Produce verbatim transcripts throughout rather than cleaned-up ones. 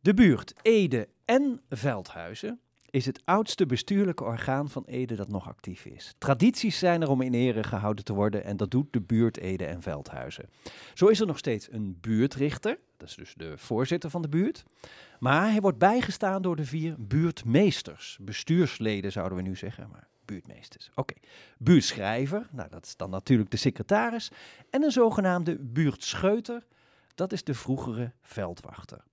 De buurt Ede en Veldhuizen is het oudste bestuurlijke orgaan van Ede dat nog actief is. Tradities zijn er om in ere gehouden te worden en dat doet de buurt Ede en Veldhuizen. Zo is er nog steeds een buurtrichter, dat is dus de voorzitter van de buurt. Maar hij wordt bijgestaan door de vier buurtmeesters. Bestuursleden zouden we nu zeggen, maar buurtmeesters. Oké, okay. Buurtschrijver, nou dat is dan natuurlijk de secretaris. En een zogenaamde buurtscheuter, dat is de vroegere veldwachter.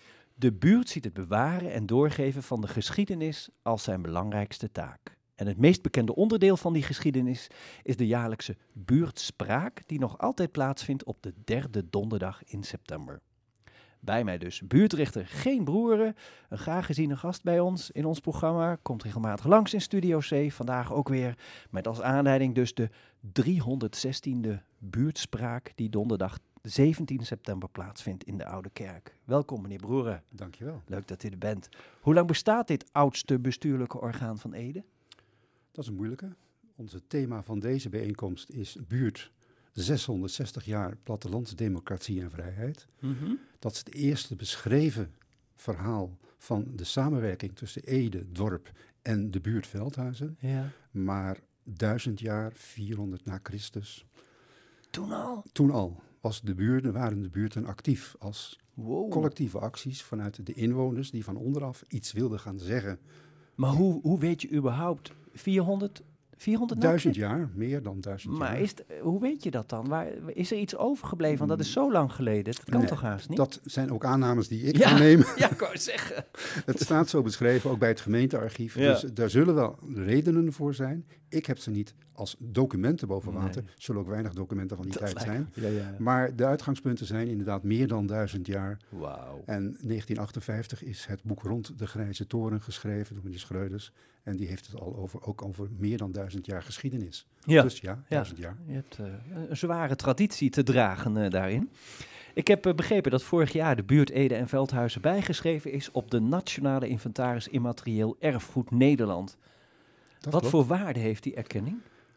De buurt ziet het bewaren en doorgeven van de geschiedenis als zijn belangrijkste taak. En het meest bekende onderdeel van die geschiedenis is de jaarlijkse buurtspraak, die nog altijd plaatsvindt op de derde donderdag in september. Bij mij dus buurtrichter Geen Broeren, een graag geziene gast bij ons in ons programma, komt regelmatig langs in Studio C, vandaag ook weer met als aanleiding dus de driehonderdzestiende buurtspraak die donderdag zeventien september plaatsvindt in de Oude Kerk. Welkom meneer Broeren. Dankjewel. Leuk dat u er bent. Hoe lang bestaat dit oudste bestuurlijke orgaan van Ede? Dat is een moeilijke. Onze thema van deze bijeenkomst is buurt zeshonderdzestig jaar plattelandsdemocratie en vrijheid. Mm-hmm. Dat is het eerste beschreven verhaal van de samenwerking tussen Ede, dorp en de buurt Veldhuizen. Ja. Maar duizend jaar, vierhonderd na Christus. Toen al? Toen al was de buurten, waren de buurten actief als Wow. collectieve acties vanuit de inwoners die van onderaf iets wilden gaan zeggen. Maar hoe, hoe weet je überhaupt vierhonderd? vierhonderd Duizend jaar, meer dan duizend maar jaar. is het, hoe weet je dat dan? Waar, is er iets overgebleven? Want dat is zo lang geleden. Dat kan Nee, toch haast niet? Dat zijn ook aannames die ik ja, aanneem. Ja, ik wou het zeggen. Het staat zo beschreven, ook bij het gemeentearchief. Ja. Dus daar zullen wel redenen voor zijn. Ik heb ze niet als documenten boven water. Nee. Er zullen ook weinig documenten van die Dat tijd lijkt zijn. Ja, ja. Maar de uitgangspunten zijn inderdaad meer dan duizend jaar. Wauw. En negentien achtenvijftig is het boek Rond de Grijze Toren geschreven door meneer Schreuders. En die heeft het al over, ook over meer dan duizend jaar geschiedenis. Ja. Dus ja, duizend jaar. Je hebt uh, een zware traditie te dragen uh, daarin. Ik heb uh, begrepen dat vorig jaar de buurt Ede en Veldhuizen bijgeschreven is op de Nationale Inventaris Immaterieel Erfgoed Nederland. Dat Wat klopt. voor waarde heeft die erkenning?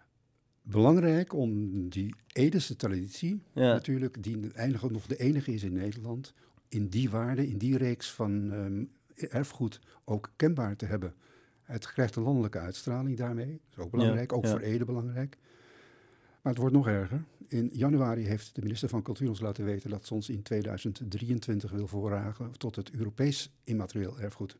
Belangrijk om die Edese traditie, Ja. natuurlijk, die eigenlijk nog de enige is in Nederland, in die waarde, in die reeks van um, erfgoed ook kenbaar te hebben. Het krijgt een landelijke uitstraling daarmee, dat is ook belangrijk, Ja, ook ja. voor Ede belangrijk. Maar het wordt nog erger. In januari heeft de minister van Cultuur ons laten weten dat ze ons in tweeduizend drieëntwintig wil voorragen tot het Europees immaterieel erfgoed.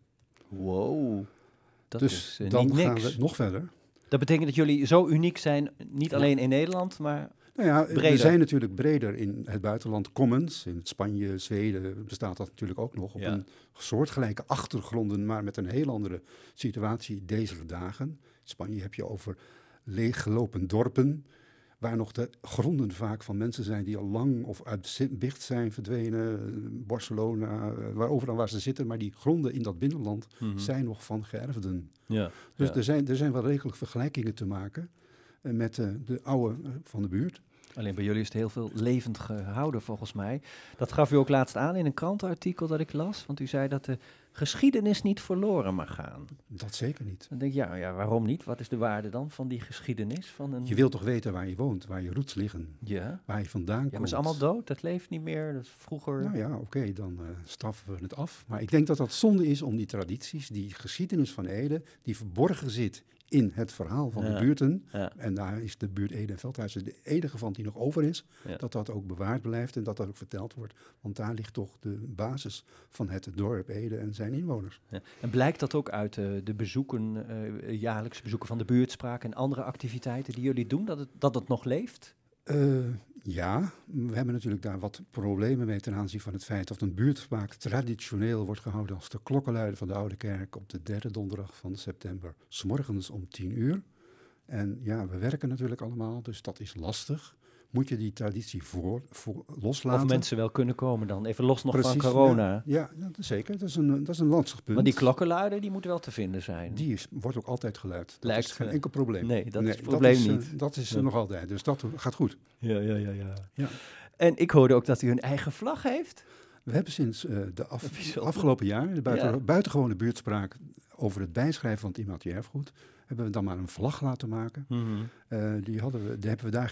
Wow, dat dus is uh, dan niet gaan niks. we nog verder. Dat betekent dat jullie zo uniek zijn, niet Ja. alleen in Nederland, maar Nou ja, breder. we zijn natuurlijk breder in het buitenland. Commons, in Spanje, Zweden bestaat dat natuurlijk ook nog op Ja. een soortgelijke achtergronden, maar met een heel andere situatie deze dagen. In Spanje heb je over leeggelopen dorpen, waar nog de gronden vaak van mensen zijn die al lang of uit zicht zijn verdwenen. Barcelona, waar overal waar ze zitten, maar die gronden in dat binnenland Mhm. zijn nog van geërfden. Ja. Dus ja. er, zijn, er zijn wel redelijk vergelijkingen te maken uh, met uh, de oude uh, van de buurt. Alleen bij jullie is het heel veel levend gehouden volgens mij. Dat gaf u ook laatst aan in een krantenartikel dat ik las. Want u zei dat de geschiedenis niet verloren mag gaan. Dat zeker niet. Dan denk ik, ja, ja, waarom niet? Wat is de waarde dan van die geschiedenis? Van een... Je wilt toch weten waar je woont, waar je roots liggen, Ja. waar je vandaan komt. Ja, maar is allemaal dood? Dat leeft niet meer? Dat is vroeger... Nou ja, oké, okay, dan uh, straffen we het af. Maar ik denk dat dat zonde is om die tradities, die geschiedenis van Ede, die verborgen zit in het verhaal van Ja. de buurten, Ja. en daar is de buurt Ede en Veldhuizen de enige van die nog over is, Ja. dat dat ook bewaard blijft en dat dat ook verteld wordt. Want daar ligt toch de basis van het dorp Ede en zijn inwoners. Ja. En blijkt dat ook uit uh, de bezoeken, uh, jaarlijkse bezoeken van de buurtspraak en andere activiteiten die jullie doen, dat het, dat het nog leeft? Uh, ja, we hebben natuurlijk daar wat problemen mee ten aanzien van het feit dat een buurtspraak traditioneel wordt gehouden als de klokkenluider van de Oude Kerk op de derde donderdag van september, 's morgens om tien uur. En ja, we werken natuurlijk allemaal, dus dat is lastig. Moet je die traditie voor, voor loslaten? Of mensen wel kunnen komen dan, even los nog Precies, van corona. Ja, ja, dat is zeker, dat is een, dat is een lastig punt. Maar die klokkenluider, die moet wel te vinden zijn. Die is, wordt ook altijd geluid. Dat Lijkt is geen me. enkel probleem. Nee, dat is het probleem dat is, uh, niet. Dat is uh, Ja. nog altijd, dus dat gaat goed. Ja, ja, ja, ja, Ja. En ik hoorde ook dat u een eigen vlag heeft. We hebben sinds uh, de af, Bijzonder. afgelopen jaar, de buiten, Ja. buitengewone buurtspraak over het bijschrijven van het immaterieel erfgoed, hebben we dan maar een vlag laten maken. Mm-hmm. Uh, die, hadden we, die hebben we daar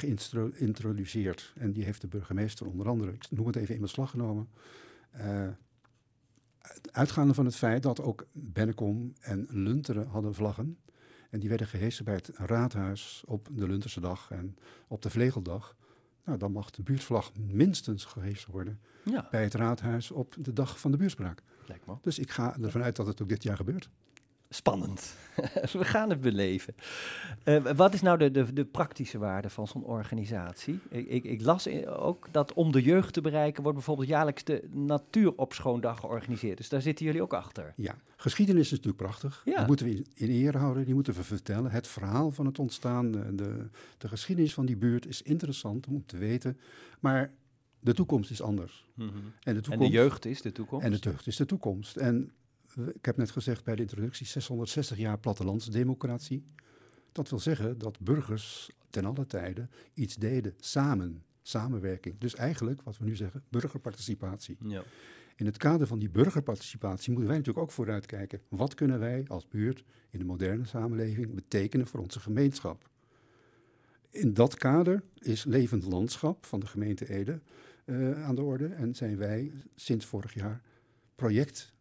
geïntroduceerd. En die heeft de burgemeester onder andere, ik noem het even in beslag genomen. Uh, Uitgaande van het feit dat ook Bennekom en Lunteren hadden vlaggen. En die werden gehesen bij het raadhuis op de Lunterse dag en op de Vlegeldag. Nou, dan mag de buurtvlag minstens gehesen worden Ja. bij het raadhuis op de dag van de buurspraak. Lijkt me. Dus ik ga ervan uit dat het ook dit jaar gebeurt. Spannend. We gaan het beleven. Uh, wat is nou de, de, de praktische waarde van zo'n organisatie? Ik, ik, ik las ook dat om de jeugd te bereiken wordt bijvoorbeeld jaarlijks de Natuuropschoondag georganiseerd. Dus daar zitten jullie ook achter. Ja, geschiedenis is natuurlijk prachtig. Ja. Die moeten we in, in ere houden, die moeten we vertellen. Het verhaal van het ontstaan, de, de, de geschiedenis van die buurt is interessant om te weten. Maar de toekomst is anders. Mm-hmm. En, de toekomst, en de jeugd is de toekomst? En de jeugd is de toekomst. En ik heb net gezegd bij de introductie, zeshonderdzestig jaar plattelandsdemocratie. Dat wil zeggen dat burgers ten alle tijden iets deden samen, samenwerking. Dus eigenlijk, wat we nu zeggen, burgerparticipatie. Ja. In het kader van die burgerparticipatie moeten wij natuurlijk ook vooruitkijken. Wat kunnen wij als buurt in de moderne samenleving betekenen voor onze gemeenschap? In dat kader is Levend Landschap van de gemeente Ede uh, aan de orde. En zijn wij sinds vorig jaar project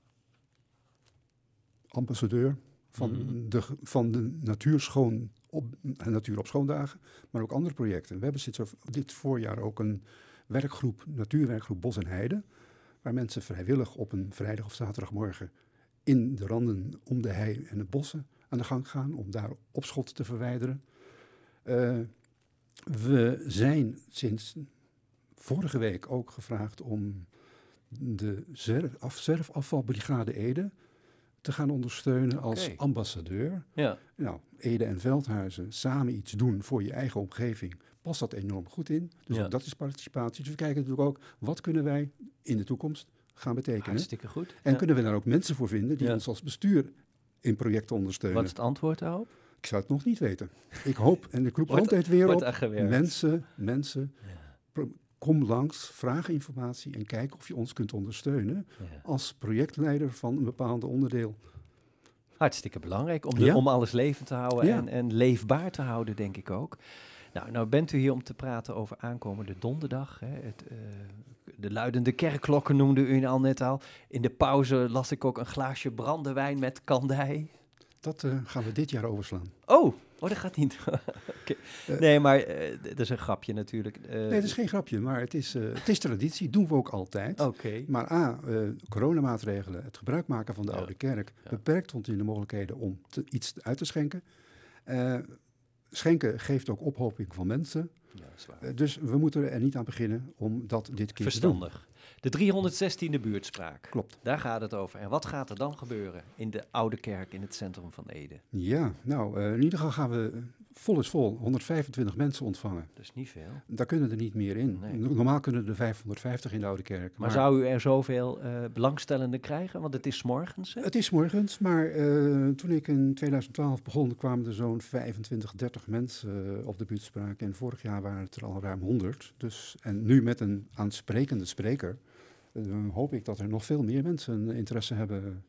ambassadeur van, mm-hmm. de, van de natuurschoon op, natuur op schoondagen, maar ook andere projecten. We hebben sinds dit voorjaar ook een werkgroep, natuurwerkgroep Bos en Heide, waar mensen vrijwillig op een vrijdag of zaterdagmorgen in de randen om de hei en de bossen aan de gang gaan om daar opschot te verwijderen. Uh, we zijn sinds vorige week ook gevraagd om de zerf, af, zerfafvalbrigade Ede te gaan ondersteunen als okay. ambassadeur. Ja. Nou, Ede en Veldhuizen samen iets doen voor je eigen omgeving, past dat enorm goed in. Dus ja. ook dat is participatie. Dus we kijken natuurlijk ook, wat kunnen wij in de toekomst gaan betekenen? Hartstikke goed. En ja. kunnen we daar ook mensen voor vinden die ja. ons als bestuur in projecten ondersteunen? Wat is het antwoord daarop? Ik zou het nog niet weten. Ik hoop, en ik roep wordt, altijd weer op, mensen, mensen ja. pro- kom langs, vraag informatie en kijk of je ons kunt ondersteunen ja. als projectleider van een bepaald onderdeel. Hartstikke belangrijk om, de, ja. om alles levend te houden ja. en, en leefbaar te houden, denk ik ook. Nou, nou bent u hier om te praten over aankomende donderdag. Hè, het, uh, de luidende kerkklokken noemde u al net al. In de pauze las ik ook een glaasje brandewijn met kandij. Dat uh, gaan we dit jaar overslaan. Oh, oh dat gaat niet. okay. uh, nee, maar uh, dat is een grapje natuurlijk. Uh, nee, het is geen grapje, maar het is, uh, het is traditie. Doen we ook altijd. Okay. Maar A, uh, coronamaatregelen, het gebruik maken van de ja. Oude Kerk, ja. beperkt ons in de mogelijkheden om te, iets uit te schenken. Uh, schenken geeft ook ophoping van mensen. Ja, dat is waar. Uh, dus we moeten er niet aan beginnen om dat dit keer Verstandig. te doen. De driehonderdzestiende buurtspraak. Klopt. Daar gaat het over. En wat gaat er dan gebeuren in de Oude Kerk in het centrum van Ede? Ja, nou, uh, in ieder geval gaan we vol is vol honderdvijfentwintig mensen ontvangen. Dat is niet veel. Daar kunnen er niet meer in. Nee. Normaal kunnen er vijfhonderdvijftig in de Oude Kerk. Maar, maar zou u er zoveel uh, belangstellenden krijgen? Want het is 's morgens. Hè? Het is 's morgens, maar uh, toen ik in tweeduizend twaalf begon, kwamen er zo'n vijfentwintig, dertig mensen uh, op de buurtspraak. En vorig jaar waren het er al ruim honderd. Dus, en nu met een aansprekende spreker, uh, hoop ik dat er nog veel meer mensen interesse hebben.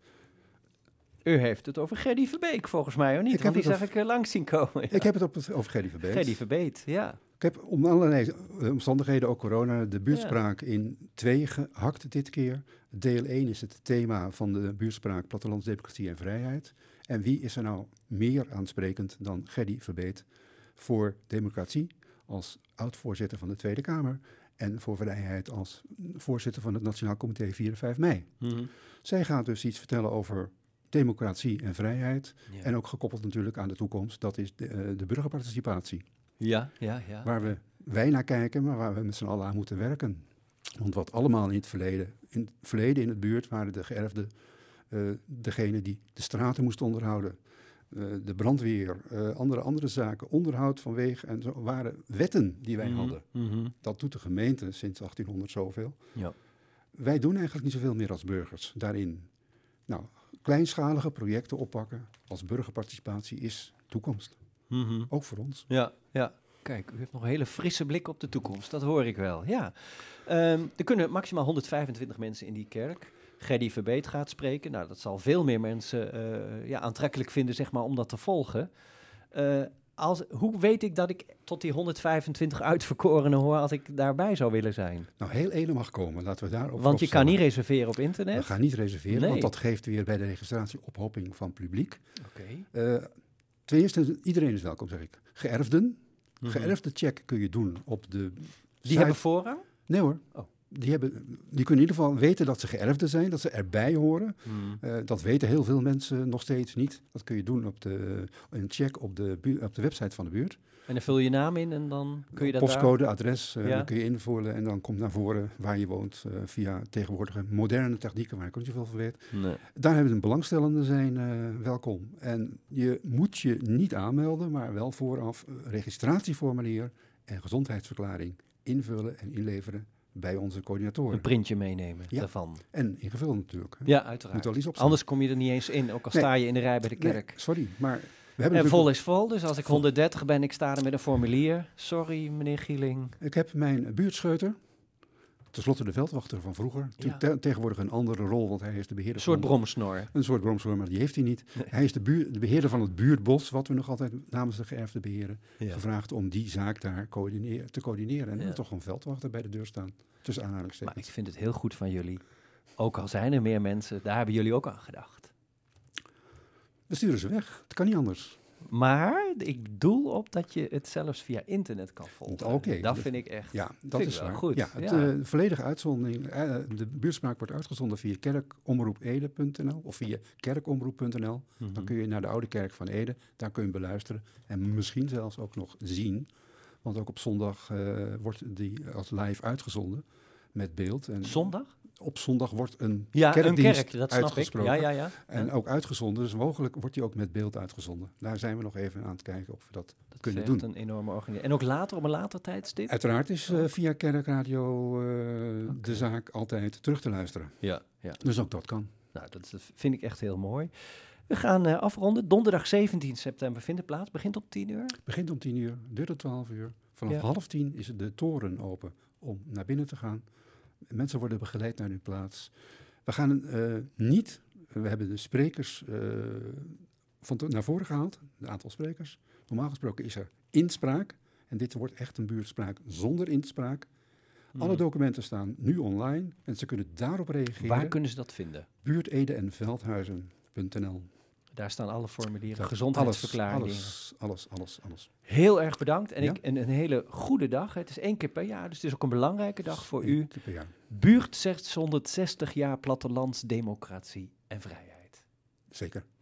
U heeft het over Gerdy Verbeek, volgens mij, of niet? Ik Want die heb zag het ik uh, langs zien komen. Ja. Ik heb het op het, over Gerdy Verbeek. Gerdy Verbeek, ja. Ik heb om allerlei uh, omstandigheden, ook corona, de buurtspraak ja. in tweeën gehakt dit keer. Deel één is het thema van de buurtspraak Plattelandsdemocratie en Vrijheid. En wie is er nou meer aansprekend dan Gerdy Verbeek voor democratie als oud-voorzitter van de Tweede Kamer en voor vrijheid als voorzitter van het Nationaal Comité vier en vijf mei. Mm-hmm. Zij gaat dus iets vertellen over democratie en vrijheid. Ja. En ook gekoppeld natuurlijk aan de toekomst. Dat is de, uh, de burgerparticipatie. Ja, ja, ja. Waar we, wij naar kijken, maar waar we met z'n allen aan moeten werken. Want wat allemaal in het verleden, in het verleden in het buurt waren de geërfden, uh, degene die de straten moesten onderhouden. Uh, de brandweer, uh, andere, andere zaken, onderhoud van wegen en zo, waren wetten die wij mm-hmm. hadden. Mm-hmm. Dat doet de gemeente sinds achttienhonderd zoveel. Ja. Wij doen eigenlijk niet zoveel meer als burgers daarin. Nou, kleinschalige projecten oppakken als burgerparticipatie is toekomst. Mm-hmm. Ook voor ons. Ja, ja. Kijk, u heeft nog een hele frisse blik op de toekomst. Dat hoor ik wel, ja. Um, er kunnen maximaal honderdvijfentwintig mensen in die kerk. Gerdy Verbeek gaat spreken. Nou, dat zal veel meer mensen uh, ja, aantrekkelijk vinden, zeg maar, om dat te volgen. Uh, als, hoe weet ik dat ik tot die honderdvijfentwintig uitverkorenen hoor als ik daarbij zou willen zijn? Nou, heel ene mag komen. Laten we daarop Want je kan niet reserveren op internet? We gaan niet reserveren, Nee. want dat geeft weer bij de registratie ophoping van publiek. Oké. Uh, ten eerste, iedereen is welkom, zeg ik. Geërfden. Mm-hmm. Geërfde check kun je doen op de Die site. hebben voorrang? Nee hoor. Oh. Die, hebben, die kunnen in ieder geval weten dat ze geërfden zijn, dat ze erbij horen. Mm. Uh, dat weten heel veel mensen nog steeds niet. Dat kun je doen op de, een check op de, bu- op de website van de buurt. En dan vul je je naam in en dan kun je dat Postcode, daar... adres, uh, Ja. dan kun je invullen en dan komt naar voren waar je woont uh, via tegenwoordige moderne technieken waar ik ook niet zoveel van weet. Nee. Daar hebben we een belangstellende zijn uh, welkom. En je moet je niet aanmelden, maar wel vooraf uh, registratieformulier en gezondheidsverklaring invullen en inleveren bij onze coördinatoren. Een printje meenemen Ja. daarvan. En ingevuld natuurlijk. Hè. Ja, Moet uiteraard. al iets op staan. Anders kom je er niet eens in, ook al Nee. sta je in de rij bij de Nee, kerk. sorry, maar we hebben En vol natuurlijk- is vol, dus als ik Vol. honderddertig ben, ik sta er met een formulier. Sorry, meneer Gieling. Ik heb mijn buurtscheuter, tenslotte de veldwachter van vroeger, Ja. te- tegenwoordig een andere rol, want hij is de Een beheerder soort van... bromsnor. Een soort bromsnoer, maar die heeft hij niet. Nee. Hij is de, buur, de beheerder van het buurtbos, wat we nog altijd namens de geërfde beheren, Ja. gevraagd om die zaak daar coördineer, te coördineren. En Ja. we hebben toch een veldwachter bij de deur staan, tussen Maar aanhalingstekens. ik vind het heel goed van jullie. Ook al zijn er meer mensen, daar hebben jullie ook aan gedacht. We sturen ze weg, het kan niet anders. Maar ik doel op dat je het zelfs via internet kan volgen. Oké. Dat vind ik echt... Ja, dat vind ik is wel waar. goed. Ja, het, Ja. eh, de volledige uitzondering, eh, de buurtspraak wordt uitgezonden via kerkomroepede punt n l of via kerkomroep punt n l. Mhm. Dan kun je naar de Oude Kerk van Ede, daar kun je beluisteren en misschien zelfs ook nog zien. Want ook op zondag uh, wordt die als live uitgezonden met beeld. En Zondag? op zondag wordt een Ja, een kerkdienst kerk, dat snap ik. uitgesproken. Ja, ja, ja. En Ja. ook uitgezonden, dus mogelijk wordt die ook met beeld uitgezonden. Daar zijn we nog even aan het kijken of we dat, Dat kunnen is echt doen. een enorme organisatie. En ook later, op een later tijdstip? Uiteraard is uh, via Kerkradio uh, Oké. de zaak altijd terug te luisteren. Ja, ja. Dus ook dat kan. Nou, dat is- vind ik echt heel mooi. We gaan uh, afronden. Donderdag zeventien september vindt het plaats. Begint om tien uur. Begint om tien uur, duurt tot twaalf uur. Vanaf Ja. half tien is de toren open om naar binnen te gaan. Mensen worden begeleid naar hun plaats. We gaan uh, niet, we hebben de sprekers uh, van to- naar voren gehaald, het aantal sprekers. Normaal gesproken is er inspraak. En dit wordt echt een buurtspraak zonder inspraak. Alle Hmm. documenten staan nu online en ze kunnen daarop reageren. Waar kunnen ze dat vinden? buurtede en veldhuizen punt n l. Daar staan alle formulieren, Alles, gezondheidsverklaringen. alles, alles, alles, alles. Heel erg bedankt. En Ja? ik, een, een hele goede dag. Het is één keer per jaar, dus het is ook een belangrijke dag voor Eén u. keer per jaar. Buurt zeshonderdzestig jaar plattelandsdemocratie en vrijheid. Zeker.